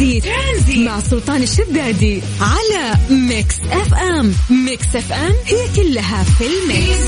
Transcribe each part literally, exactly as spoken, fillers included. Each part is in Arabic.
ترانزيت. ترانزيت مع سلطان الشدادي على ميكس اف ام. ميكس اف ام هي كلها في الميكس.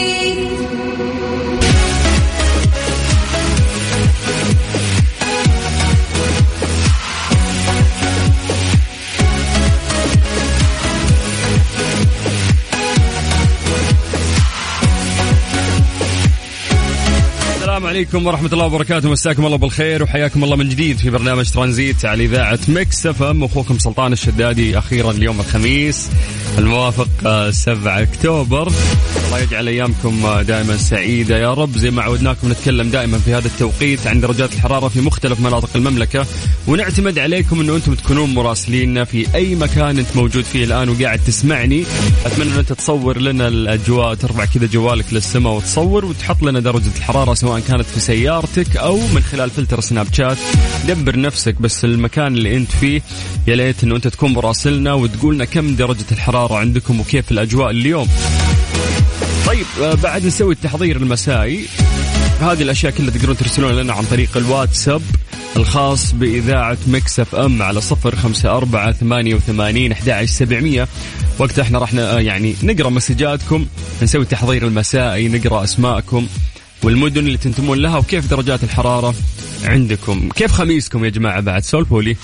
السلام عليكم ورحمة الله وبركاته، مساكم الله بالخير وحياكم الله من جديد في برنامج ترانزيت على إذاعة ميكس اف ام. أخوكم سلطان الشدادي أخيرا اليوم الخميس الموافق سبعة أكتوبر. الله يجعل أيامكم دائما سعيدة يا رب. زي ما عودناكم نتكلم دائما في هذا التوقيت عن درجات الحرارة في مختلف مناطق المملكة، ونعتمد عليكم أنه أنتم تكونون مراسلين في أي مكان أنت موجود فيه الآن وقاعد تسمعني. أتمنى أن أنت تصور لنا الأجواء، ترفع كذا جوالك للسماء وتصور وتحط لنا درجة الحرارة سواء كانت في سيارتك أو من خلال فلتر سناب شات. دبر نفسك بس المكان اللي أنت فيه، يا ليت أنه أنت تكون مراسلنا وتقولنا كم درجة الحرارة عندكم وكيف الأجواء اليوم. طيب بعد نسوي التحضير المسائي، هذه الأشياء كلها تقدرون ترسلون لنا عن طريق الواتساب الخاص بإذاعة ميكس اف ام على صفر خمسة أربعة ثمانية وثمانين أحد عشر سبعمية. وقتها احنا راح يعني نقرأ مسجاتكم، نسوي التحضير المسائي، نقرأ أسماءكم والمدن اللي تنتمون لها وكيف درجات الحرارة عندكم. كيف خميسكم يا جماعة؟ بعد سولفوا لي.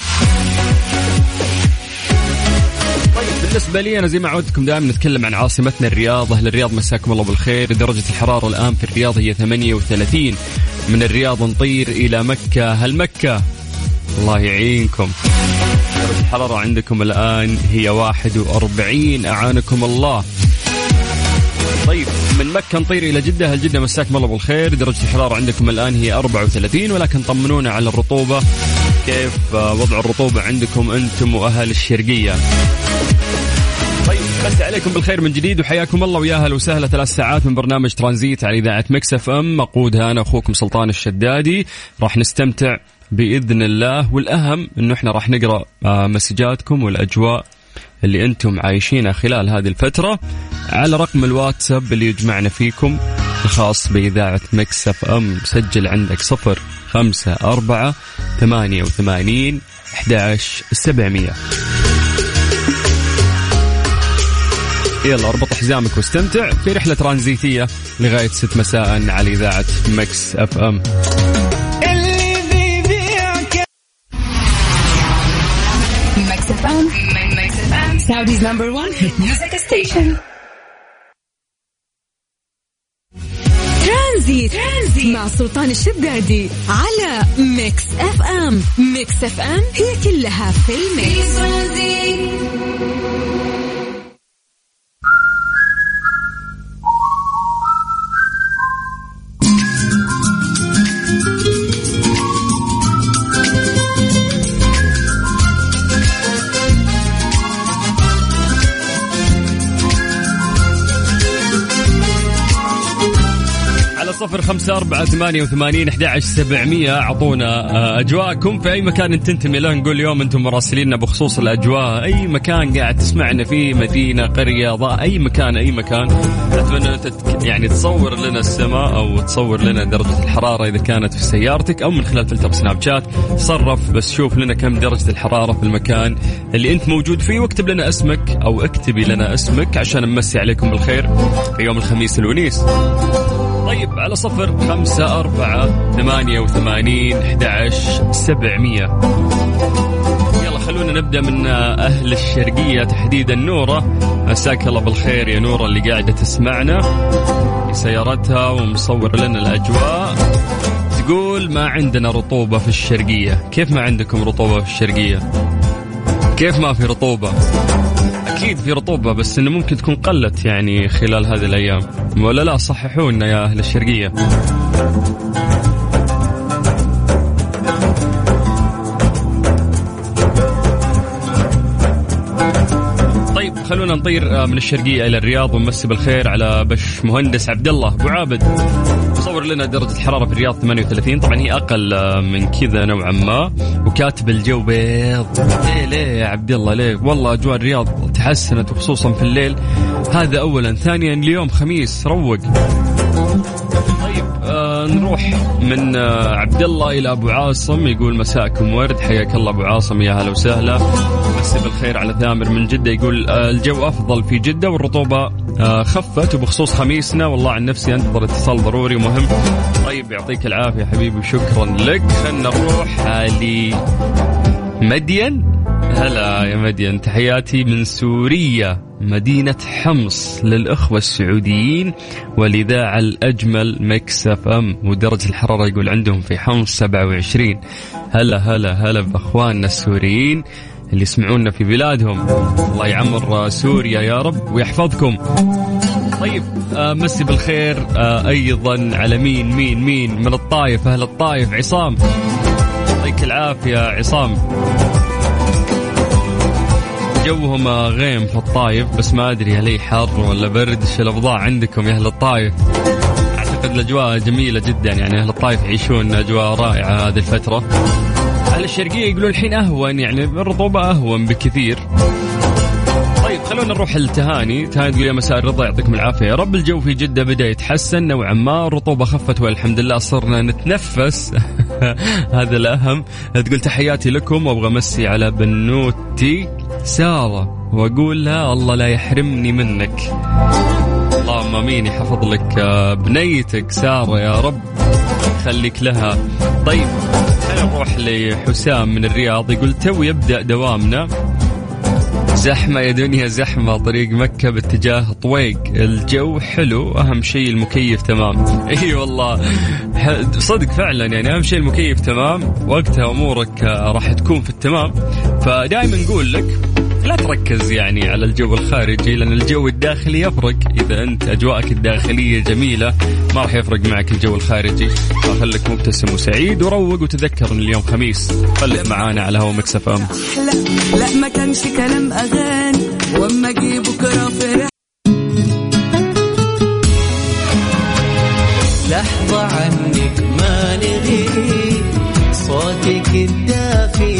بالنسبة لي أنا زي ما عودتكم دائما نتكلم عن عاصمتنا الرياض. أهل الرياض مساكم الله بالخير. درجة الحرارة الآن في الرياض هي ثمانية وثلاثين. من الرياض نطير إلى مكة. هل مكة الله يعينكم. درجة الحرارة عندكم الآن هي واحد وأربعين، أعانكم الله. طيب من مكة نطير إلى جدة. هل جدة مساكم الله بالخير. درجة الحرارة عندكم الآن هي أربعة وثلاثين، ولكن طمنونا على الرطوبة. كيف وضع الرطوبة عندكم أنتم وأهل الشرقية؟ طيب بس عليكم بالخير من جديد وحياكم الله ويا اهلا وسهلا. ثلاث ساعات من برنامج ترانزيت على إذاعة ميكس اف ام، مقودها أنا أخوكم سلطان الشدادي. راح نستمتع بإذن الله، والأهم إنه إحنا راح نقرأ مسجاتكم والأجواء اللي أنتم عايشينها خلال هذه الفترة على رقم الواتساب اللي يجمعنا فيكم الخاص بإذاعة ميكس اف ام. سجل عندك صفر خمسة أربعة ثمانية وثمانين أحد عشر سبعمية. يلا اربط حزامك واستمتع في رحلة ترانزيتية لغاية ست مساء على إذاعة ميكس اف ام. ميكس اف ام ميكس اف ام Saudi's number one hit music station. ترانزيت. ترانزيت مع سلطان الشدادي على ميكس اف ام. ميكس اف ام هي كلها في الميكس. صفر خمسة أربعة ثمانية وثمانين أحد عشر سبعمية. أعطونا أجواءكم في أي مكان تنتمي له. نقول اليوم أنتم مراسليننا بخصوص الأجواء، أي مكان قاعد تسمعنا فيه، مدينة، قرية، ضاء، أي مكان أي مكان. أتمنى أن يعني تصور لنا السماء أو تصور لنا درجة الحرارة إذا كانت في سيارتك أو من خلال فلتر سناب شات. تصرف بس شوف لنا كم درجة الحرارة في المكان اللي أنت موجود فيه، واكتب لنا اسمك أو اكتبي لنا اسمك عشان نمسي عليكم بالخير في يوم الخميس الونيس. طيب على صفر خمسة أربعة ثمانية وثمانين أحد عشر سبعمية. يلا خلونا نبدأ من أهل الشرقية تحديدا. نورة مساك الله بالخير يا نورة اللي قاعدة تسمعنا في سيارتها ومصور لنا الأجواء. تقول ما عندنا رطوبة في الشرقية. كيف ما عندكم رطوبة في الشرقية؟ كيف ما في رطوبة؟ أكيد في رطوبة، بس إنه ممكن تكون قلت يعني خلال هذه الأيام، ولا لا؟ صححونا يا أهل الشرقية. طيب خلونا نطير من الشرقية إلى الرياض ونمسي بالخير على بش مهندس عبد الله أبو عابد. صور لنا درجة الحرارة في الرياض ثمانية وثلاثين، طبعا هي أقل من كذا نوعا ما، وكاتب الجو بيض. ليه ليه يا عبد الله ليه؟ والله أجواء الرياض تحسنت وخصوصا في الليل، هذا أولا. ثانيا اليوم خميس روق. طيب آه آه نروح من آه عبد الله إلى أبو عاصم، يقول مساءكم ورد، حياك الله أبو عاصم، يا هلا وسهلا. مسي بالخير على ثامر من جدة، يقول آه الجو أفضل في جدة والرطوبة آه خفت، وبخصوص خميسنا والله عن نفسي أنتظر اتصال ضروري ومهم. طيب يعطيك العافية حبيبي وشكرا لك. خلنا نروح لمدين. هلا يا مدين، تحياتي من سوريا مدينة حمص للأخوة السعوديين والإذاعة الأجمل ميكس اف ام، ودرجة الحرارة يقول عندهم في حمص سبعة وعشرين. هلا هلا هلا بأخواننا السوريين اللي يسمعونا في بلادهم، الله يعمر سوريا يا رب ويحفظكم. طيب آه مسي بالخير آه أيضا على مين مين مين من الطايف، أهل الطايف، عصام، يعطيك العافية عصام. جوهم غيم في الطايف، بس ما أدري هل هي حر ولا برد، ايش الأوضاع عندكم يا أهل الطايف؟ أعتقد الأجواء جميلة جدا، يعني أهل الطايف يعيشون أجواء رائعة هذه الفترة. أهل الشرقية يقولون الحين أهون، يعني الرطوبة أهون بكثير. طيب خلونا نروح لتهاني. تهاني تقول يا مساء الرضا، يعطيكم العافية يا رب، الجو في جدة بدأ يتحسن نوعا ما، الرطوبة خفت والحمد لله صرنا نتنفس هذا الأهم. تقول تحياتي لكم، وأبغى مسي على بنوتي سارة وأقول لها الله لا يحرمني منك. اللهم امين، يحفظ لك بنيتك سارة يا رب، خليك لها. طيب خلينا نروح لحسام من الرياض، يقول تو يبدأ دوامنا، زحمة يا دنيا زحمة، طريق مكة باتجاه طويق، الجو حلو، أهم شيء المكيف تمام. إيه والله صدق فعلا، يعني أهم شيء المكيف تمام، وقتها أمورك راح تكون في التمام. فدائما نقول لك لا تركز يعني على الجو الخارجي، لأن الجو الداخلي يفرق. إذا أنت أجواءك الداخلية جميلة ما راح يفرق معك الجو الخارجي. فخلك مبتسم وسعيد وروق، وتذكر أن اليوم خميس، خليك معانا على هوا ميكس اف ام. لا لا ما كانش كلام أغاني، وأما أجي بكرة فرح لحظة عنك ما نغيب، صوتك الدافي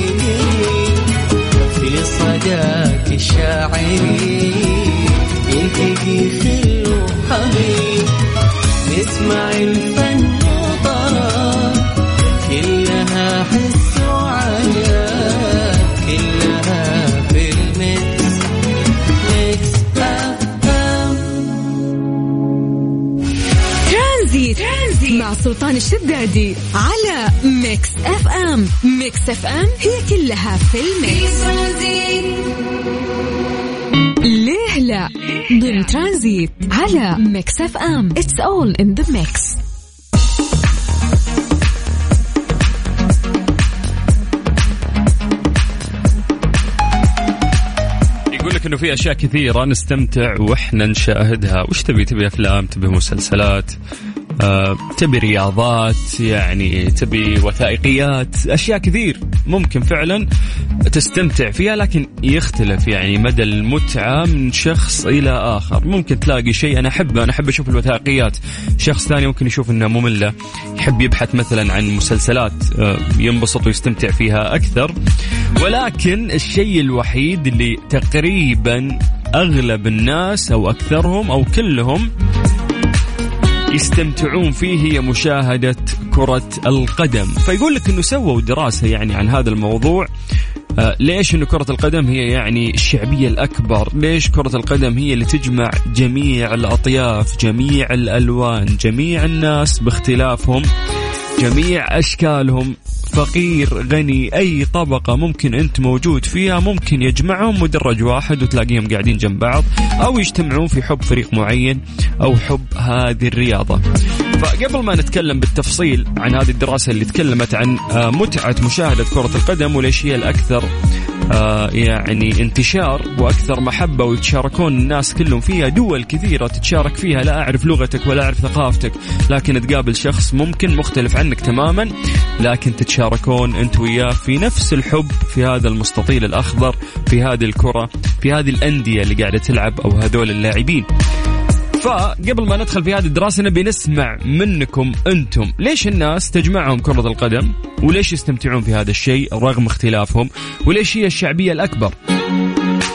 في صداك الشاعري، يلتقي خل وحبيب، نسمع الفن وطرب، كلها حس وعناء، كلها في الميكس، ميكس اف ام. ترانزيت مع سلطان الشدادي على ميكس اف ام. ميكس اف ام هي كلها في الميكس. ليه لا ضمن ترانزيت على ميكس اف ام. It's all in the mix. يقولك انه في اشياء كثيرة نستمتع واحنا نشاهدها. وش تبي؟ تبي افلام، تبي مسلسلات، آه، تبي رياضات، يعني تبي وثائقيات، أشياء كثير ممكن فعلا تستمتع فيها، لكن يختلف يعني مدى المتعة من شخص إلى آخر. ممكن تلاقي شيء أنا أحبه، أنا أحب أشوف الوثائقيات، شخص ثاني ممكن يشوف أنها مملة، يحب يبحث مثلا عن مسلسلات آه، ينبسط ويستمتع فيها أكثر. ولكن الشيء الوحيد اللي تقريبا أغلب الناس أو أكثرهم أو كلهم يستمتعون فيه هي مشاهدة كرة القدم. فيقول لك أنه سووا دراسة يعني عن هذا الموضوع. آه ليش أنه كرة القدم هي يعني الشعبية الأكبر؟ ليش كرة القدم هي اللي تجمع جميع الأطياف، جميع الألوان، جميع الناس باختلافهم، جميع أشكالهم، فقير غني أي طبقة ممكن أنت موجود فيها، ممكن يجمعهم مدرج واحد وتلاقيهم قاعدين جنب بعض، أو يجتمعون في حب فريق معين أو حب هذه الرياضة. فقبل ما نتكلم بالتفصيل عن هذه الدراسة اللي تكلمت عن متعة مشاهدة كرة القدم وليش هي الأكثر يعني انتشار وأكثر محبة ويتشاركون الناس كلهم فيها، دول كثيرة تتشارك فيها، لا أعرف لغتك ولا أعرف ثقافتك، لكن تقابل شخص ممكن مختلف عنك تماما، لكن تتشاركون أنت وياه في نفس الحب في هذا المستطيل الأخضر، في هذه الكرة، في هذه الأندية اللي قاعدة تلعب أو هذول اللاعبين. فقبل ما ندخل في هذه الدراسة نبي نسمع منكم أنتم، ليش الناس تجمعهم كرة القدم؟ وليش يستمتعون في هذا الشيء رغم اختلافهم؟ وليش هي الشعبية الأكبر؟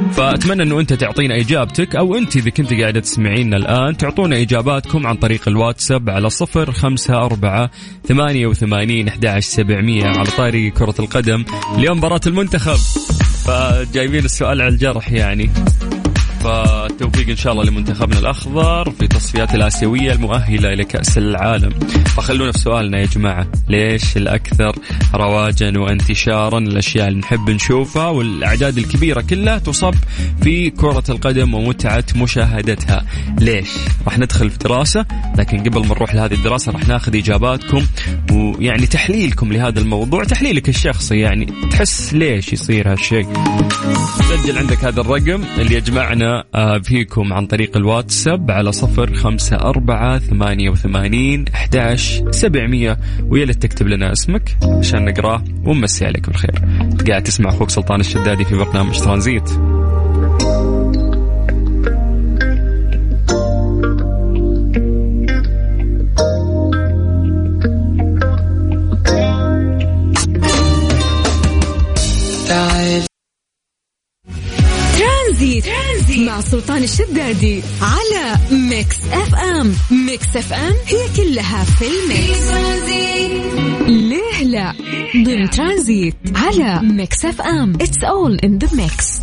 فأتمنى أنه أنت تعطينا إجابتك، أو أنت إذا كنت قاعدة تسمعينا الآن تعطونا إجاباتكم عن طريق الواتساب على صفر خمسة أربعة ثمانية وثمانين أحد عشر سبعمية على طاري كرة القدم. اليوم مباراة المنتخب، فجايبين السؤال على الجرح يعني. فالتوفيق إن شاء الله لمنتخبنا الأخضر في تصفيات الآسيوية المؤهلة إلى كأس العالم. فخلونا في سؤالنا يا جماعة، ليش الأكثر رواجا وانتشارا الأشياء اللي نحب نشوفها والأعداد الكبيرة كلها تصب في كرة القدم ومتعة مشاهدتها؟ ليش؟ راح ندخل في دراسة، لكن قبل ما نروح لهذه الدراسة راح ناخذ إجاباتكم ويعني تحليلكم لهذا الموضوع، تحليلك الشخصي يعني تحس ليش يصير هالشيء. سجل عندك هذا الرقم اللي يجمعنا فيكم عن طريق الواتساب على صفر خمسة أربعة ثمانية وثمانين أحد عشر سبعمية، ويلا تكتب لنا اسمك عشان نقراه ونمسي عليك بالخير. قاعد تسمع أخوك سلطان الشدادي في برنامج ترانزيت. ترانزيت مع سلطان الشدادي على ميكس اف ام. ميكس اف ام هي كلها في الميكس. ليه لا ضمن ترانزيت على ميكس اف ام. It's all in the mix.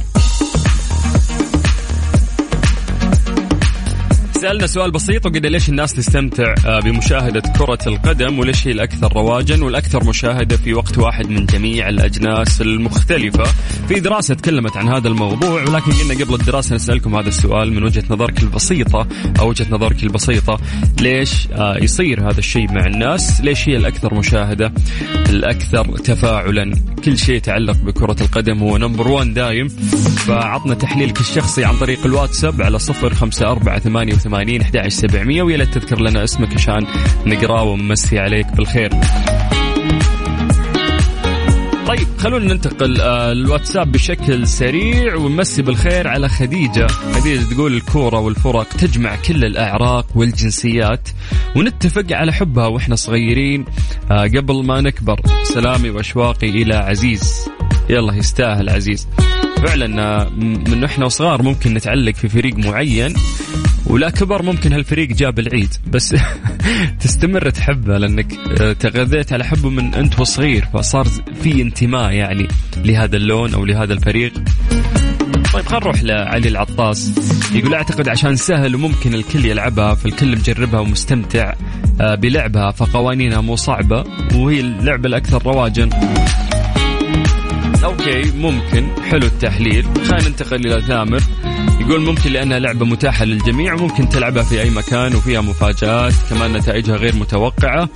سألنا سؤال بسيط وقلنا ليش الناس تستمتع بمشاهدة كرة القدم، وليش هي الأكثر رواجا والأكثر مشاهدة في وقت واحد من جميع الأجناس المختلفة. في دراسة تكلمت عن هذا الموضوع، ولكن قلنا قبل الدراسة نسألكم هذا السؤال من وجهة نظرك البسيطة أو وجهة نظرك البسيطة، ليش يصير هذا الشيء مع الناس؟ ليش هي الأكثر مشاهدة، الأكثر تفاعلا؟ كل شيء يتعلق بكرة القدم هو نمبر وان دايم. فعطنا تحليلك الشخصي عن طريق الواتساب على صفر خمسة أربعة ثمانية وثمانين أحد عشر سبعمية، ويلا تذكر لنا اسمك عشان نقرأ ونمسي عليك بالخير. طيب خلونا ننتقل الواتساب بشكل سريع ونمسي بالخير على خديجة. خديجة تقول الكورة والفرق تجمع كل الأعراق والجنسيات، ونتفق على حبها وإحنا صغيرين قبل ما نكبر. سلامي وأشواقي إلى عزيز. يلا يستاهل عزيز فعلا. من إحنا وصغار ممكن نتعلق في فريق معين، ولا كبر ممكن هالفريق جاب العيد، بس تستمر تحبه لأنك تغذيت على حبه من أنت وصغير، فصار في انتماء يعني لهذا اللون أو لهذا الفريق. طيب خلينا نروح لعلي العطاس، يقول أعتقد عشان سهل وممكن الكل يلعبها، فالكل مجربها ومستمتع بلعبها، فقوانينها مو صعبة وهي اللعبة الأكثر رواجا. أوكي ممكن، حلو التحليل. خلينا ننتقل إلى ثامر، يقول ممكن لأنها لعبة متاحة للجميع وممكن تلعبها في أي مكان وفيها مفاجآت، كمان نتائجها غير متوقعة.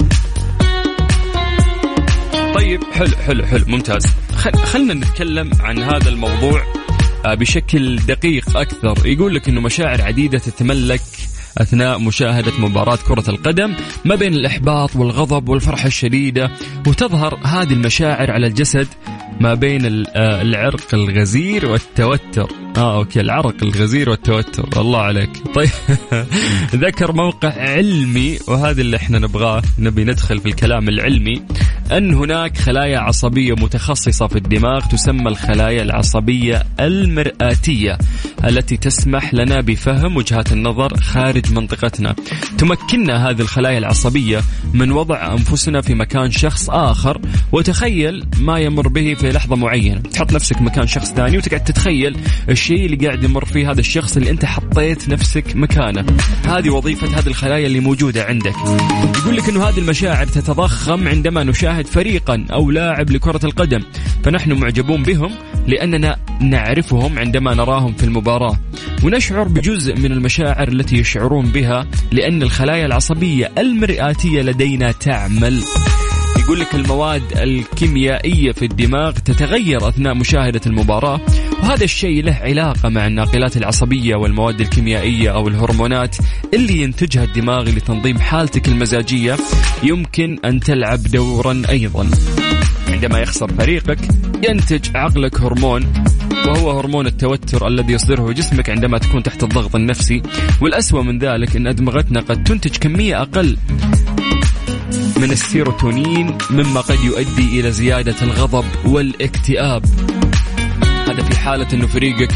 طيب حلو حلو حلو ممتاز. خلنا نتكلم عن هذا الموضوع بشكل دقيق أكثر. يقول لك إنه مشاعر عديدة تتملك أثناء مشاهدة مباراة كرة القدم، ما بين الإحباط والغضب والفرحة الشديدة، وتظهر هذه المشاعر على الجسد ما بين العرق الغزير والتوتر. آه أوكي العرق الغزير والتوتر، الله عليك. طيب ذكر موقع علمي، وهذا اللي احنا نبغاه، نبي ندخل في الكلام العلمي، أن هناك خلايا عصبية متخصصة في الدماغ تسمى الخلايا العصبية المرآتية، التي تسمح لنا بفهم وجهات النظر خارج منطقتنا. تمكننا هذه الخلايا العصبية من وضع أنفسنا في مكان شخص آخر، وتخيل ما يمر به في لحظة معينة. تحط نفسك مكان شخص ثاني وتقعد تتخيل الشيء اللي قاعد يمر فيه هذا الشخص اللي أنت حطيت نفسك مكانه. هذه وظيفة هذه الخلايا اللي موجودة عندك. يقول لك إنه هذه المشاعر تتضخم عندما نشاهد فريقا أو لاعب لكرة القدم، فنحن معجبون بهم لأننا نعرفهم عندما نراهم في المباراة، ونشعر بجزء من المشاعر التي يشعرون بها لأن الخلايا العصبية المرآتية لدينا تعمل. يقول لك المواد الكيميائية في الدماغ تتغير أثناء مشاهدة المباراة، وهذا الشيء له علاقة مع الناقلات العصبية والمواد الكيميائية أو الهرمونات اللي ينتجها الدماغ لتنظيم حالتك المزاجية. يمكن أن تلعب دورا أيضا. عندما يخسر فريقك ينتج عقلك هرمون، وهو هرمون التوتر الذي يصدره جسمك عندما تكون تحت الضغط النفسي. والأسوأ من ذلك أن أدمغتنا قد تنتج كمية أقل من السيروتونين، مما قد يؤدي إلى زيادة الغضب والاكتئاب. هذا في حالة أنه فريقك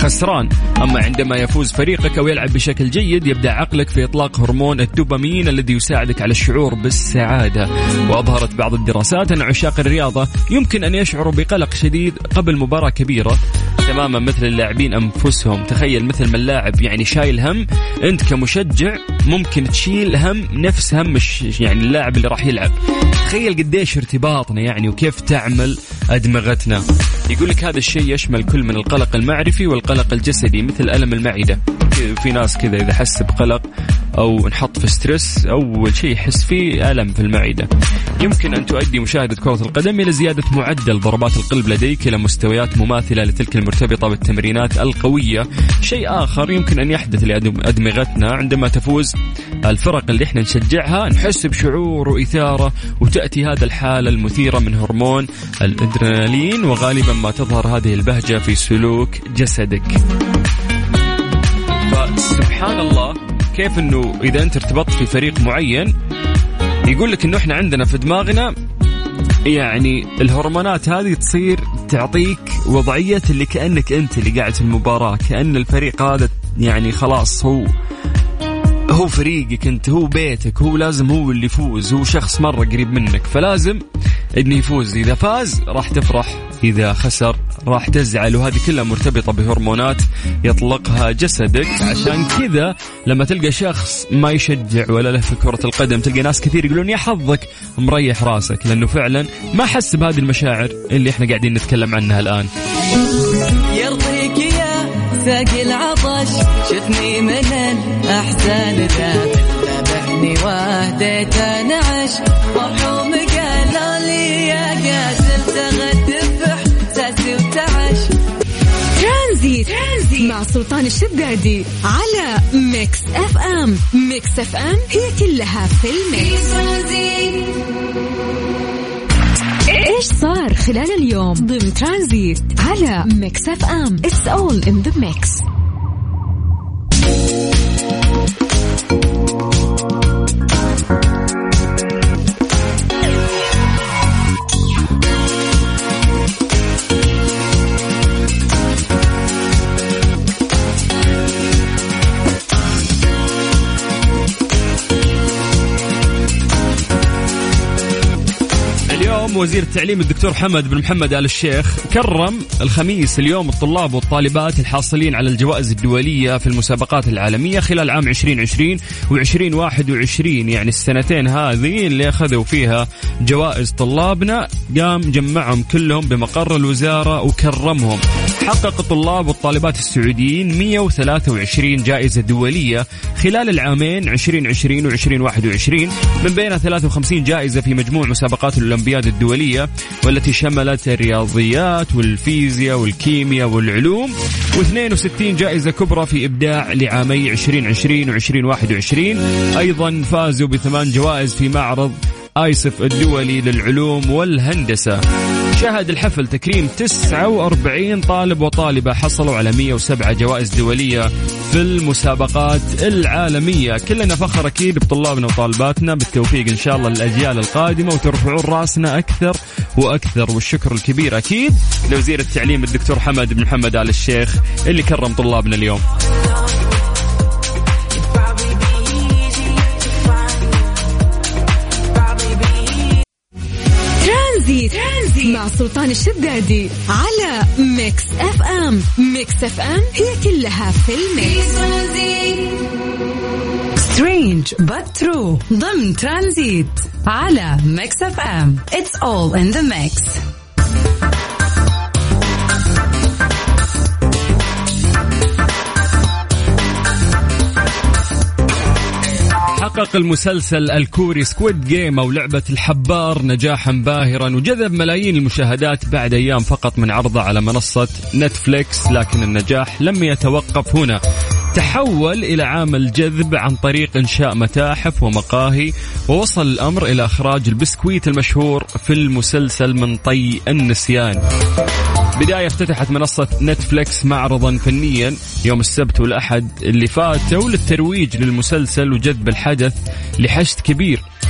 خسران. أما عندما يفوز فريقك أو يلعب بشكل جيد يبدأ عقلك في إطلاق هرمون الدوبامين الذي يساعدك على الشعور بالسعادة. وأظهرت بعض الدراسات أن عشاق الرياضة يمكن أن يشعروا بقلق شديد قبل مباراة كبيرة تماما مثل اللاعبين أنفسهم. تخيل مثل ما اللاعب يعني شايل هم، أنت كمشجع ممكن تشيل هم نفس هم يعني اللاعب اللي راح يلعب. تخيل قديش ارتباطنا يعني وكيف تعمل أدمغتنا. يقول لك هذا الشيء يشمل كل من القلق المعرفي والقلق الجسدي مثل ألم المعدة. في ناس كذا إذا حس بقلق أو نحط في ستريس أول شيء يحس فيه ألم في المعدة. يمكن أن تؤدي مشاهدة كرة القدم إلى زيادة معدل ضربات القلب لديك إلى مستويات مماثلة لتلك المرتبطة بالتمرينات القوية. شيء آخر يمكن أن يحدث لأدمغتنا عندما تفوز الفرق اللي احنا نشجعها، نحس بشعور وإثارة وتأتي هذا الحالة المثيرة من هرمون الأدرينالين، وغالبا ما تظهر هذه البهجة في سلوك جسدك. فسبحان الله كيف أنه إذا أنت ارتبطت في فريق معين يقول لك أنه إحنا عندنا في دماغنا يعني الهرمونات هذه تصير تعطيك وضعية اللي كأنك أنت اللي قاعد في المباراة، كأن الفريق هذا يعني خلاص هو هو فريقك أنت، هو بيتك، هو لازم هو اللي يفوز، هو شخص مرة قريب منك فلازم إنه يفوز. إذا فاز راح تفرح، إذا خسر راح تزعل، وهذه كلها مرتبطة بهرمونات يطلقها جسدك. عشان كذا لما تلقى شخص ما يشجع ولا له في كرة القدم تلقى ناس كثير يقولون يا حظك مريح راسك، لأنه فعلا ما حس بهذه المشاعر اللي احنا قاعدين نتكلم عنها الآن. يرضيك يا ساقي العطش شفني من الأحزان ذاب ذبحني واهديت نعش مرحوم قال لي يا قاتل تغدفح ساسي وتعش. ترانزيت مع سلطان الشدادي على ميكس اف ام. ميكس اف ام هي كلها في الميكس. ايش صار خلال اليوم ضمن ترانزيت على ميكس اف ام. It's all in the mix. وزير التعليم الدكتور حمد بن محمد آل الشيخ كرم الخميس اليوم الطلاب والطالبات الحاصلين على الجوائز الدولية في المسابقات العالمية خلال عام عشرين عشرين وعشرين واحد وعشرين، يعني السنتين هذه اللي أخذوا فيها جوائز طلابنا. قام جمعهم كلهم بمقر الوزارة وكرمهم. حقق الطلاب والطالبات السعوديين مئة وثلاثة وعشرين جائزة دولية خلال العامين عشرين عشرين وعشرين واحد وعشرين، من بينها ثلاثة وخمسين جائزة في مجموع مسابقات الأولمبياد الدولية والتي شملت الرياضيات والفيزياء والكيمياء والعلوم، واثنين وستين جائزة كبرى في إبداع لعامي عشرين عشرين وعشرين واحد وعشرين. أيضا فازوا بثمان جوائز في معرض آيسف الدولي للعلوم والهندسة. شهد الحفل تكريم تسعة وأربعين طالب وطالبة حصلوا على مئة وسبعة جوائز دولية في المسابقات العالمية. كلنا فخر أكيد بطلابنا وطالباتنا، بالتوفيق إن شاء الله للأجيال القادمة وترفعون راسنا أكثر وأكثر. والشكر الكبير أكيد لوزير التعليم الدكتور حمد بن محمد آل الشيخ اللي كرم طلابنا اليوم. ترانزيت مع سلطان الشدادي على ميكس اف ام. ميكس اف ام هي كلها في الميكس. سترينج but true ضمن ترانزيت على ميكس اف ام. It's all in the mix. حقق المسلسل الكوري سكويد جيم أو لعبة الحبار نجاحا باهرا وجذب ملايين المشاهدات بعد أيام فقط من عرضه على منصة نتفليكس، لكن النجاح لم يتوقف هنا. تحول إلى عامل جذب عن طريق إنشاء متاحف ومقاهي، ووصل الأمر إلى إخراج البسكويت المشهور في المسلسل من طي النسيان. بداية افتتحت منصة نتفليكس معرضا فنيا يوم السبت والأحد اللي فاتوا للترويج للمسلسل وجذب الحدث لحشد كبير.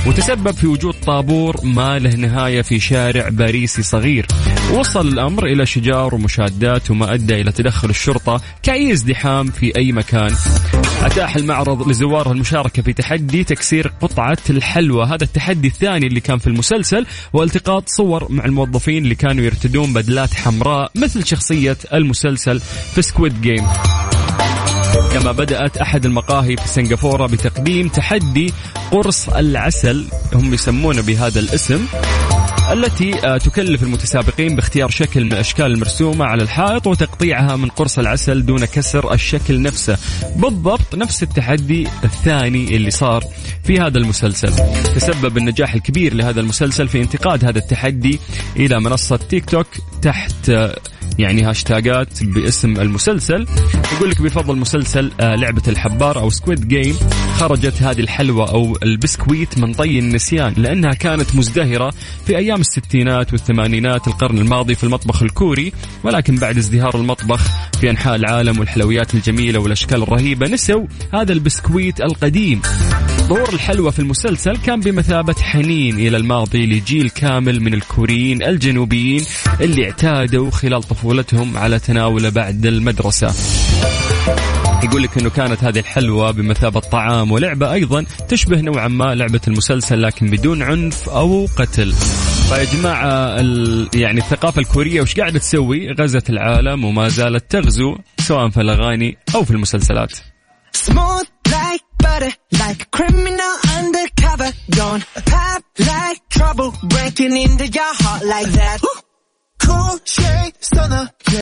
وتسبب في وجود طابور ما له نهاية في شارع باريسي صغير. وصل الأمر إلى شجار ومشادات وما أدى إلى تدخل الشرطة كأي ازدحام في أي مكان. أتاح المعرض لزواره المشاركة في تحدي تكسير قطعة الحلوى، هذا التحدي الثاني اللي كان في المسلسل، والتقاط صور مع الموظفين اللي كانوا يرتدون بدلات حمراء مثل شخصية المسلسل في سكويد جيم. كما بدأت أحد المقاهي في سنغافورة بتقديم تحدي قرص العسل، هم يسمونه بهذا الاسم، التي تكلف المتسابقين باختيار شكل من الأشكال المرسومة على الحائط وتقطيعها من قرص العسل دون كسر الشكل نفسه. بالضبط نفس التحدي الثاني اللي صار في هذا المسلسل. تسبب النجاح الكبير لهذا المسلسل في انتقاد هذا التحدي إلى منصة تيك توك تحت يعني هاشتاجات باسم المسلسل. يقول لك بفضل مسلسل لعبة الحبار أو سكويد جيم خرجت هذه الحلوى أو البسكويت من طي النسيان، لأنها كانت مزدهرة في أيام الستينات والثمانينات القرن الماضي في المطبخ الكوري، ولكن بعد ازدهار المطبخ في أنحاء العالم والحلويات الجميلة والأشكال الرهيبة نسوا هذا البسكويت القديم. ظهور الحلوى في المسلسل كان بمثابة حنين إلى الماضي لجيل كامل من الكوريين الجنوبيين اللي اعتادوا خلال طفولتهم على تناوله بعد المدرسة. يقول لك أنه كانت هذه الحلوى بمثابة طعام ولعبة أيضا تشبه نوعا ما لعبة المسلسل لكن بدون عنف أو قتل. فيا جماعة يعني الثقافة الكورية وش قاعدة تسوي؟ غزت العالم وما زالت تغزو سواء في الأغاني أو في المسلسلات. Butter, like a criminal undercover, don't pop like trouble, breaking into your heart like that. Cool shade stunner.